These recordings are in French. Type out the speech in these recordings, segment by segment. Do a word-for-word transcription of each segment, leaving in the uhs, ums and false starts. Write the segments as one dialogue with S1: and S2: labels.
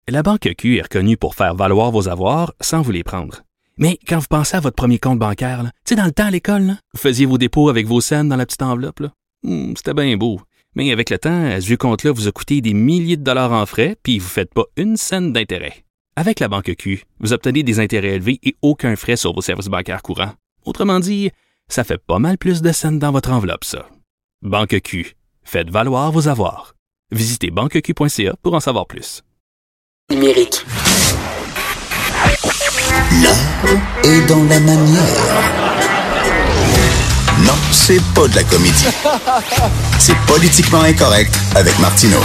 S1: La Banque Q est reconnue pour faire valoir vos avoirs sans vous les prendre. Mais quand vous pensez à votre premier compte bancaire, tu sais, dans le temps à l'école, là, vous faisiez vos dépôts avec vos scènes dans la petite enveloppe. Là. Hum, c'était bien beau. Mais avec le temps, à ce vieux compte-là vous a coûté des milliers de dollars en frais, puis vous ne faites pas une scène d'intérêt. Avec la Banque Q, vous obtenez des intérêts élevés et aucun frais sur vos services bancaires courants. Autrement dit, ça fait pas mal plus de scènes dans votre enveloppe, ça. Banque Q. Faites valoir vos avoirs. Visitez banque q point c a pour en savoir plus.
S2: Numérique.
S3: L'art est dans la manière. Non, c'est pas de la comédie. C'est Politiquement Incorrect avec Martineau.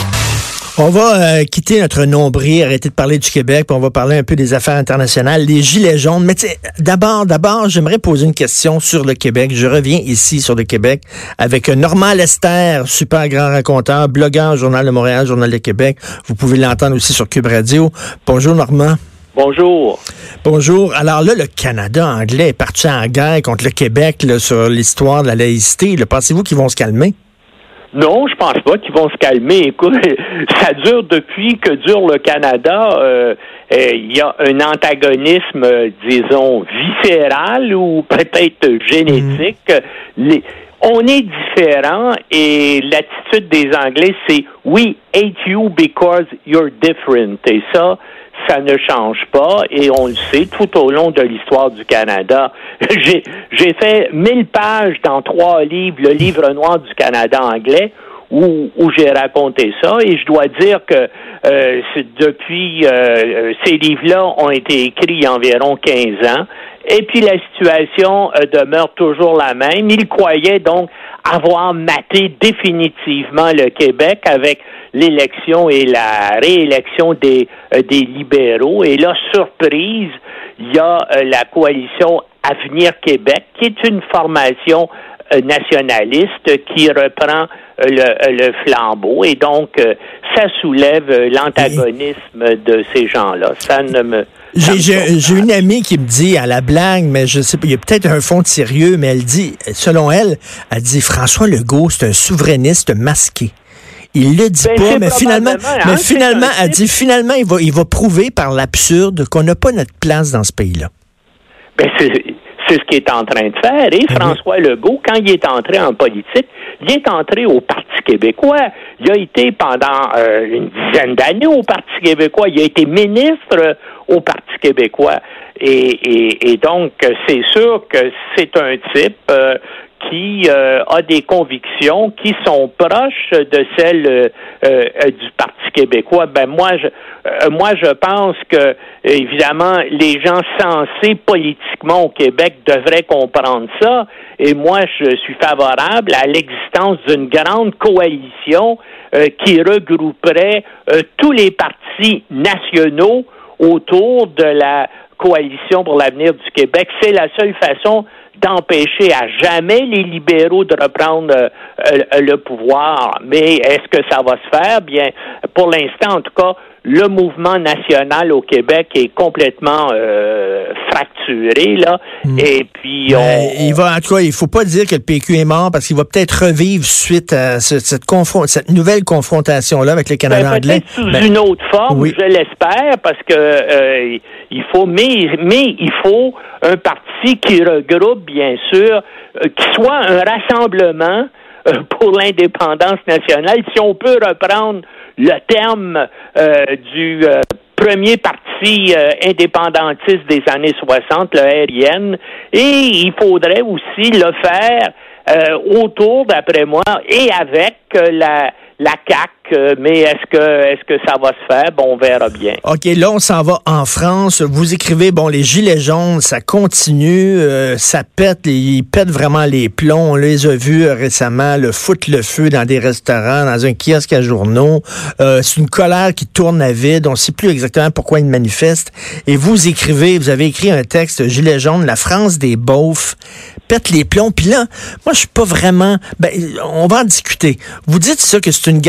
S4: On va euh, quitter notre nombril, arrêter de parler du Québec, puis on va parler un peu des affaires internationales, les gilets jaunes. Mais d'abord, d'abord, j'aimerais poser une question sur le Québec. Je reviens ici sur le Québec avec Normand Lester, super grand raconteur, blogueur, Journal de Montréal, Journal de Québec. Vous pouvez l'entendre aussi sur Cube Radio. Bonjour Normand.
S5: Bonjour.
S4: Bonjour. Alors là, le Canada anglais est parti en guerre contre le Québec là, sur l'histoire de la laïcité. Là, pensez-vous qu'ils vont se calmer?
S5: Non, je pense pas qu'ils vont se calmer. Écoute, ça dure depuis que dure le Canada. Il euh, euh, y a un antagonisme, euh, disons, viscéral ou peut-être génétique. Mmh. Les, on est différents et l'attitude des Anglais, c'est « We hate you because you're different ». Et ça, ça ne change pas et on le sait tout au long de l'histoire du Canada. J'ai, j'ai fait mille pages dans trois livres, le livre noir du Canada anglais, où, où j'ai raconté ça et je dois dire que euh, depuis, euh, ces livres-là ont été écrits il y a environ quinze ans et puis la situation euh, demeure toujours la même. Ils croyaient donc avoir maté définitivement le Québec avec l'élection et la réélection des, euh, des libéraux. Et là, surprise, il y a euh, la coalition Avenir Québec, qui est une formation euh, nationaliste qui reprend euh, le, euh, le flambeau. Et donc, euh, ça soulève euh, l'antagonisme de ces gens-là. Ça ne me...
S4: J'ai, j'ai, j'ai une amie qui me dit à la blague, mais je sais pas, il y a peut-être un fond de sérieux, mais elle dit, selon elle, elle dit François Legault, c'est un souverainiste masqué. Il le dit ben, pas, mais finalement, hein, mais finalement, elle dit finalement, il va, il va prouver par l'absurde qu'on n'a pas notre place dans ce pays-là.
S5: Ben c'est, c'est ce qu'il est en train de faire. Et François mm-hmm. Legault, quand il est entré en politique, il est entré au Parti québécois. Il a été pendant euh, une dizaine d'années au Parti québécois. Il a été ministre au Parti québécois. Et, et, et donc, c'est sûr que c'est un type euh, qui euh, a des convictions qui sont proches de celles euh, euh, du Parti québécois. Ben moi, je, euh, moi, je pense que évidemment, les gens sensés politiquement au Québec devraient comprendre ça. Et moi, je suis favorable à l'existence d'une grande coalition euh, qui regrouperait euh, tous les partis nationaux autour de la coalition pour l'avenir du Québec. C'est la seule façon d'empêcher à jamais les libéraux de reprendre euh, euh, le pouvoir. Mais est-ce que ça va se faire? Bien, pour l'instant, en tout cas, le mouvement national au Québec est complètement euh, fracturé, là. Mmh. Et puis, on...
S4: Ben, il va, en tout cas, il faut pas dire que le P Q est mort parce qu'il va peut-être revivre suite à ce, cette, confron- cette nouvelle confrontation-là avec le Canada
S5: ben,
S4: anglais.
S5: Peut-être sous
S4: ben,
S5: une autre forme,
S4: oui.
S5: je l'espère, parce que euh, il faut, mais, mais il faut un parti qui regroupe, bien sûr, euh, qui soit un rassemblement euh, pour l'indépendance nationale. Si on peut reprendre le terme euh, du euh, premier parti euh, indépendantiste des années soixante, le R I N, et il faudrait aussi le faire euh, autour, d'après moi, et avec euh, la, la C A Q, euh, mais est-ce que est-ce que ça va se faire? Bon, on verra bien.
S4: OK, là, on s'en va en France. Vous écrivez, bon, les gilets jaunes, ça continue, euh, ça pète, ils pètent vraiment les plombs. On les a vus euh, récemment, le foutre le feu dans des restaurants, dans un kiosque à journaux. Euh, c'est une colère qui tourne à vide. On ne sait plus exactement pourquoi ils manifestent. Et vous écrivez, vous avez écrit un texte, Gilets jaunes, la France des beaufs pète les plombs. Puis là, moi, je suis pas vraiment... Ben, on va en discuter. Vous dites ça, que c'est une gang de beaufs.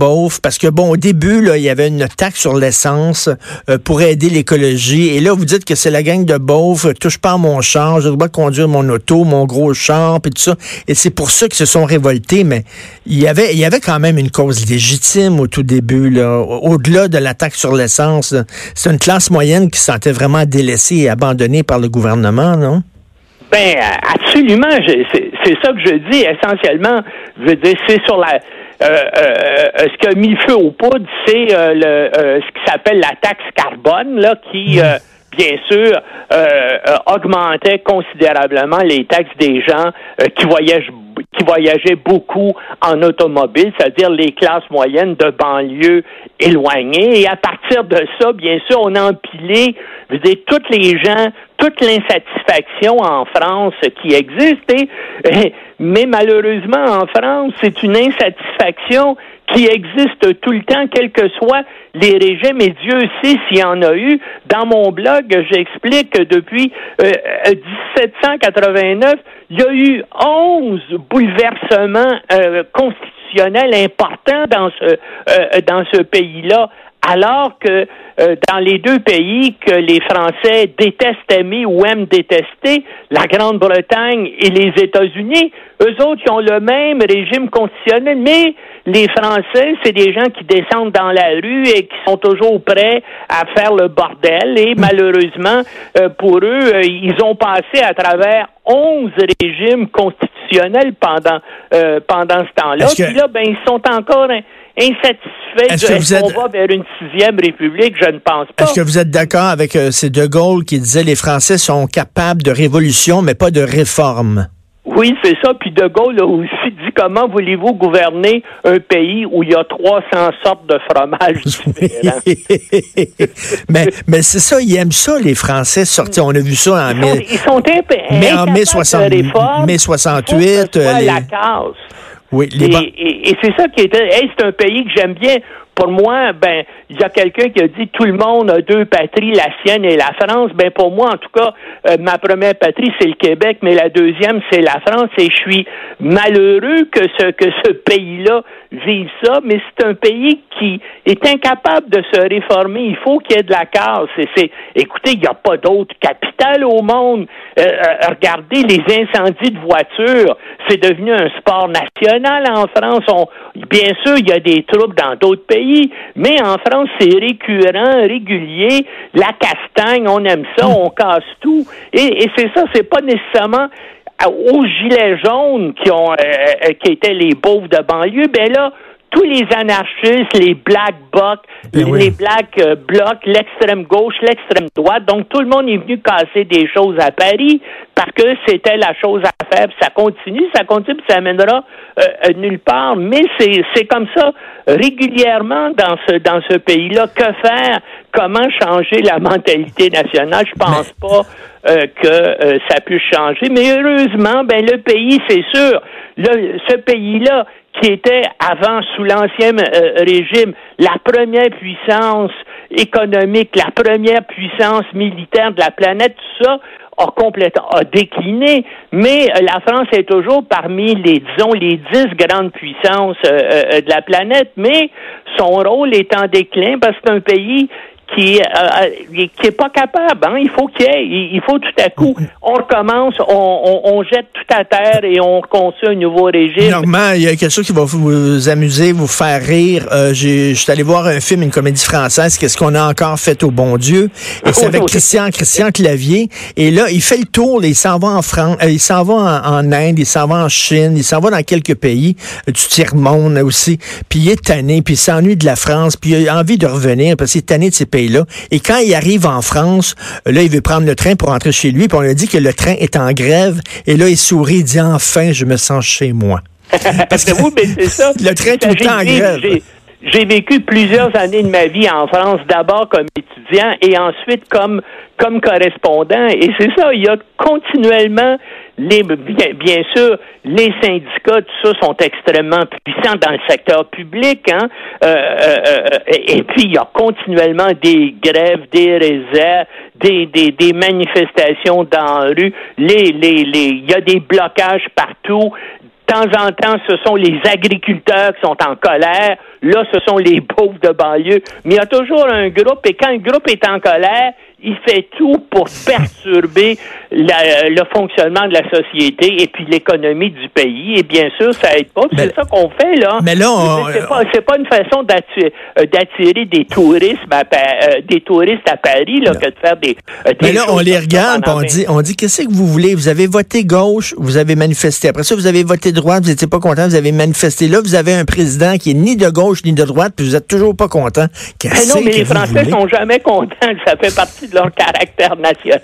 S4: beaufs, parce que, bon, au début, là, il y avait une taxe sur l'essence euh, pour aider l'écologie. Et là, vous dites que c'est la gang de beaufs, touche pas à mon char, je dois conduire mon auto, mon gros char, puis tout ça. Et c'est pour ça qu'ils se sont révoltés. Mais il y avait, il y avait quand même une cause légitime au tout début, là. Au-delà de la taxe sur l'essence, là. C'est une classe moyenne qui se sentait vraiment délaissée et abandonnée par le gouvernement, non?
S5: Ben, absolument. Je, c'est, c'est ça que je dis. Essentiellement, je veux dire, c'est sur la... Euh, euh, ce qui a mis le feu aux poudres, c'est euh, le, euh, ce qui s'appelle la taxe carbone, là, qui... Euh, bien sûr, euh, euh, augmentait considérablement les taxes des gens euh, qui voyagent qui voyageaient beaucoup en automobile, c'est-à-dire les classes moyennes de banlieues éloignées. Et à partir de ça, bien sûr, on a empilé, je veux dire, toutes les gens, toute l'insatisfaction en France qui existe. Et, mais malheureusement, en France, c'est une insatisfaction qui existe tout le temps, quels que soient les régimes, et Dieu sait s'il y en a eu. Dans mon blog, j'explique que depuis euh, dix-sept cent quatre-vingt-neuf, il y a eu onze bouleversements euh, constitutionnels importants dans ce euh, dans ce pays-là, alors que euh, dans les deux pays que les Français détestent aimer ou aiment détester, la Grande-Bretagne et les États-Unis, eux autres, ils ont le même régime constitutionnel, mais les Français, c'est des gens qui descendent dans la rue et qui sont toujours prêts à faire le bordel. Et malheureusement, euh, pour eux, euh, ils ont passé à travers onze régimes constitutionnels pendant euh, pendant ce temps-là.
S4: Que...
S5: Puis là, ben, ils sont encore insatisfaits. Est-ce, de, est-ce êtes... qu'on va vers une sixième république? Je ne pense pas.
S4: Est-ce que vous êtes d'accord avec euh, c'est De Gaulle qui disait les Français sont capables de révolution, mais pas de réforme?
S5: Oui, c'est ça. Puis De Gaulle a aussi dit comment voulez-vous gouverner un pays où il y a trois cents sortes de fromages différents.
S4: mais mais c'est ça, ils aiment ça, les Français sortis. On a vu ça en
S5: ils sont,
S4: mai.
S5: Ils sont imp-
S4: mais en mai, soixante, mai soixante-huit.
S5: Euh,
S4: les...
S5: la casse.
S4: Oui, les
S5: et,
S4: ban...
S5: et, et c'est ça qui était. Hey, c'est un pays que j'aime bien. Pour moi, ben, il y a quelqu'un qui a dit tout le monde a deux patries, la sienne et la France. Ben, pour moi, en tout cas, euh, ma première patrie, c'est le Québec, mais la deuxième, c'est la France. Et je suis malheureux que ce que ce pays-là vive ça, mais c'est un pays qui est incapable de se réformer. Il faut qu'il y ait de la casse. Et c'est, écoutez, il n'y a pas d'autre capitale au monde. Euh, euh, regardez les incendies de voitures. C'est devenu un sport national en France. On, bien sûr, il y a des troubles dans d'autres pays, mais en France, c'est récurrent, régulier. La castagne, on aime ça, on casse tout. Et, et c'est ça, c'est pas nécessairement aux gilets jaunes qui ont euh, qui étaient les pauvres de banlieue. Ben là, tous les anarchistes, les black blocs, ben les, oui. les black euh, blocs, l'extrême gauche, l'extrême droite, donc tout le monde est venu casser des choses à Paris parce que c'était la chose à faire. Puis ça continue, ça continue, puis ça amènera euh, nulle part. Mais c'est c'est comme ça régulièrement dans ce dans ce pays-là. Que faire? Comment changer la mentalité nationale? Je pense Mais... pas euh, que euh, ça puisse changer. Mais heureusement, ben le pays, c'est sûr, le, ce pays-là qui était avant, sous l'ancien euh, régime, la première puissance économique, la première puissance militaire de la planète, tout ça a complètement a décliné, mais euh, la France est toujours parmi les, disons, les dix grandes puissances euh, euh, de la planète, mais son rôle est en déclin parce que c'est un pays qui euh, qui est pas capable, hein. Il faut qu'il y ait, il, il faut tout à coup, on recommence, on, on, on jette tout à terre et on reconstruit un nouveau régime.
S4: Normand, il y a quelque chose qui va vous amuser, vous faire rire. Euh, j'ai, je suis allé voir un film, une comédie française, Qu'est-ce qu'on a encore fait au bon Dieu? Et c'est avec Christian, Christian Clavier. Et là, il fait le tour, là, il s'en va en France, euh, il s'en va en, en Inde, il s'en va en Chine, il s'en va dans quelques pays, du tiers-monde aussi. Puis il est tanné, puis il s'ennuie de la France, puis il a envie de revenir parce qu'il est tanné de ses pays. Là. Et quand il arrive en France, là, il veut prendre le train pour rentrer chez lui, puis on lui a dit que le train est en grève, et là, il sourit, il dit « Enfin, je me sens chez moi. » Parce que vous, mais c'est ça. Le train est tout le temps en grève.
S5: J'ai, j'ai vécu plusieurs années de ma vie en France, d'abord comme étudiant et ensuite comme, comme correspondant. Et c'est ça, il y a continuellement... Les, bien, bien sûr, les syndicats, tout ça, sont extrêmement puissants dans le secteur public, hein. Euh, euh, et, et puis, il y a continuellement des grèves, des réserves, des, des, des manifestations dans la rue. Les, les, les, il y a des blocages partout. De temps en temps, ce sont les agriculteurs qui sont en colère. là, ce sont les pauvres de banlieue. Mais il y a toujours un groupe, et quand un groupe est en colère, il fait tout pour perturber la, le fonctionnement de la société et puis l'économie du pays. Et bien sûr, ça aide pas. C'est ça qu'on fait, là.
S4: Mais là, on,
S5: c'est pas, c'est pas une façon d'attirer, d'attirer des touristes à, euh, des touristes à Paris, là, non. que de faire des, des
S4: Mais là, on les regarde, on dit, on dit, qu'est-ce que vous voulez? Vous avez voté gauche, vous avez manifesté. Après ça, vous avez voté droite, vous n'étiez pas content, vous avez manifesté. Là, vous avez un président qui est ni de gauche ni de droite, puis vous êtes toujours pas content.
S5: Mais non, mais les Français sont jamais contents. Ça fait partie de leur caractère national.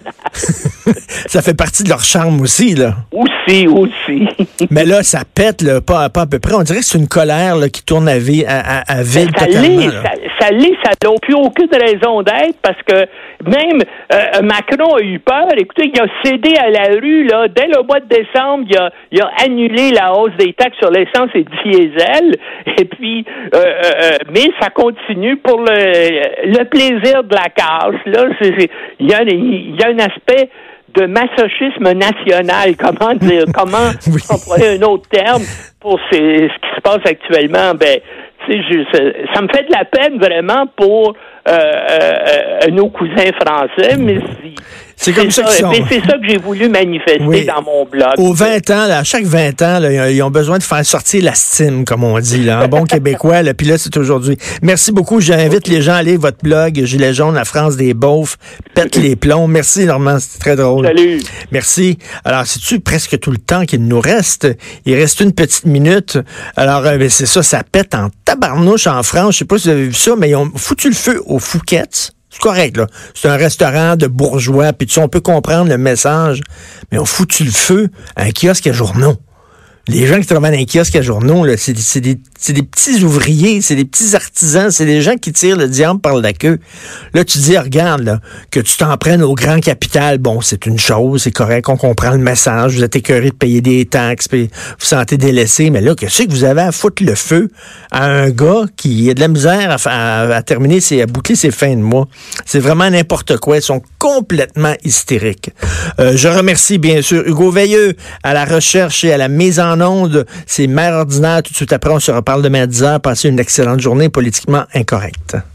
S4: Ça fait partie de leur charme aussi, là.
S5: Aussi, aussi.
S4: Mais là, ça pète, là, pas, pas à peu près. On dirait que c'est une colère là, qui tourne à, vie, à, à, à vide
S5: ça
S4: totalement.
S5: L'est, ça, ça l'est, ça n'a plus aucune raison d'être parce que même euh, Macron a eu peur. Écoutez, il a cédé à la rue, là, dès le mois de décembre, il a, il a annulé la hausse des taxes sur l'essence et le diesel. Et puis, euh, euh, mais ça continue pour le, le plaisir de la casse, là. C'est, c'est, il y a, il y a un aspect de masochisme national, comment dire, comment oui. employer un autre terme pour ces, ce qui se passe actuellement. Ben, tu sais, je, ça, ça me fait de la peine vraiment pour euh, euh, nos cousins français, mais si,
S4: c'est comme ça, ça qu'ils sont.
S5: Mais c'est ça que j'ai voulu manifester oui. dans mon blog.
S4: Aux vingt ans, là, à chaque vingt ans, là, ils ont besoin de faire sortir la stime, comme on dit, là, en bon québécois. Là, puis là, c'est aujourd'hui. Merci beaucoup. J'invite okay. les gens à aller votre blog, Gilets jaunes, la France des beaufs, pète les plombs. Merci, Normand. C'était très drôle.
S5: Salut.
S4: Merci. Alors, c'est-tu presque tout le temps qu'il nous reste? Il reste une petite minute. Alors, euh, c'est ça, ça pète en tabarnouche en France. Je sais pas si vous avez vu ça, mais ils ont foutu le feu aux Fouquettes. C'est correct, là. C'est un restaurant de bourgeois, puis tu sais, on peut comprendre le message, mais on foutu le feu à un kiosque à journaux. Les gens qui travaillent dans un kiosque à journaux, là, c'est, c'est, des, c'est des petits ouvriers, c'est des petits artisans, c'est des gens qui tirent le diable par la queue. Là, tu dis, regarde, là, que tu t'en prennes au grand capital, bon, c'est une chose, c'est correct, on comprend le message, vous êtes écœuré de payer des taxes, puis vous vous sentez délaissé, mais là, qu'est-ce que vous avez à foutre le feu à un gars qui a de la misère à, à, à terminer, ses, à boucler ses fins de mois? C'est vraiment n'importe quoi, ils sont complètement hystériques. Euh, je remercie, bien sûr, Hugo Veilleux à la recherche et à la mise en onde. C'est Mère ordinaire. Tout de suite après, on se reparle demain à dix heures. Passez une excellente journée politiquement incorrecte.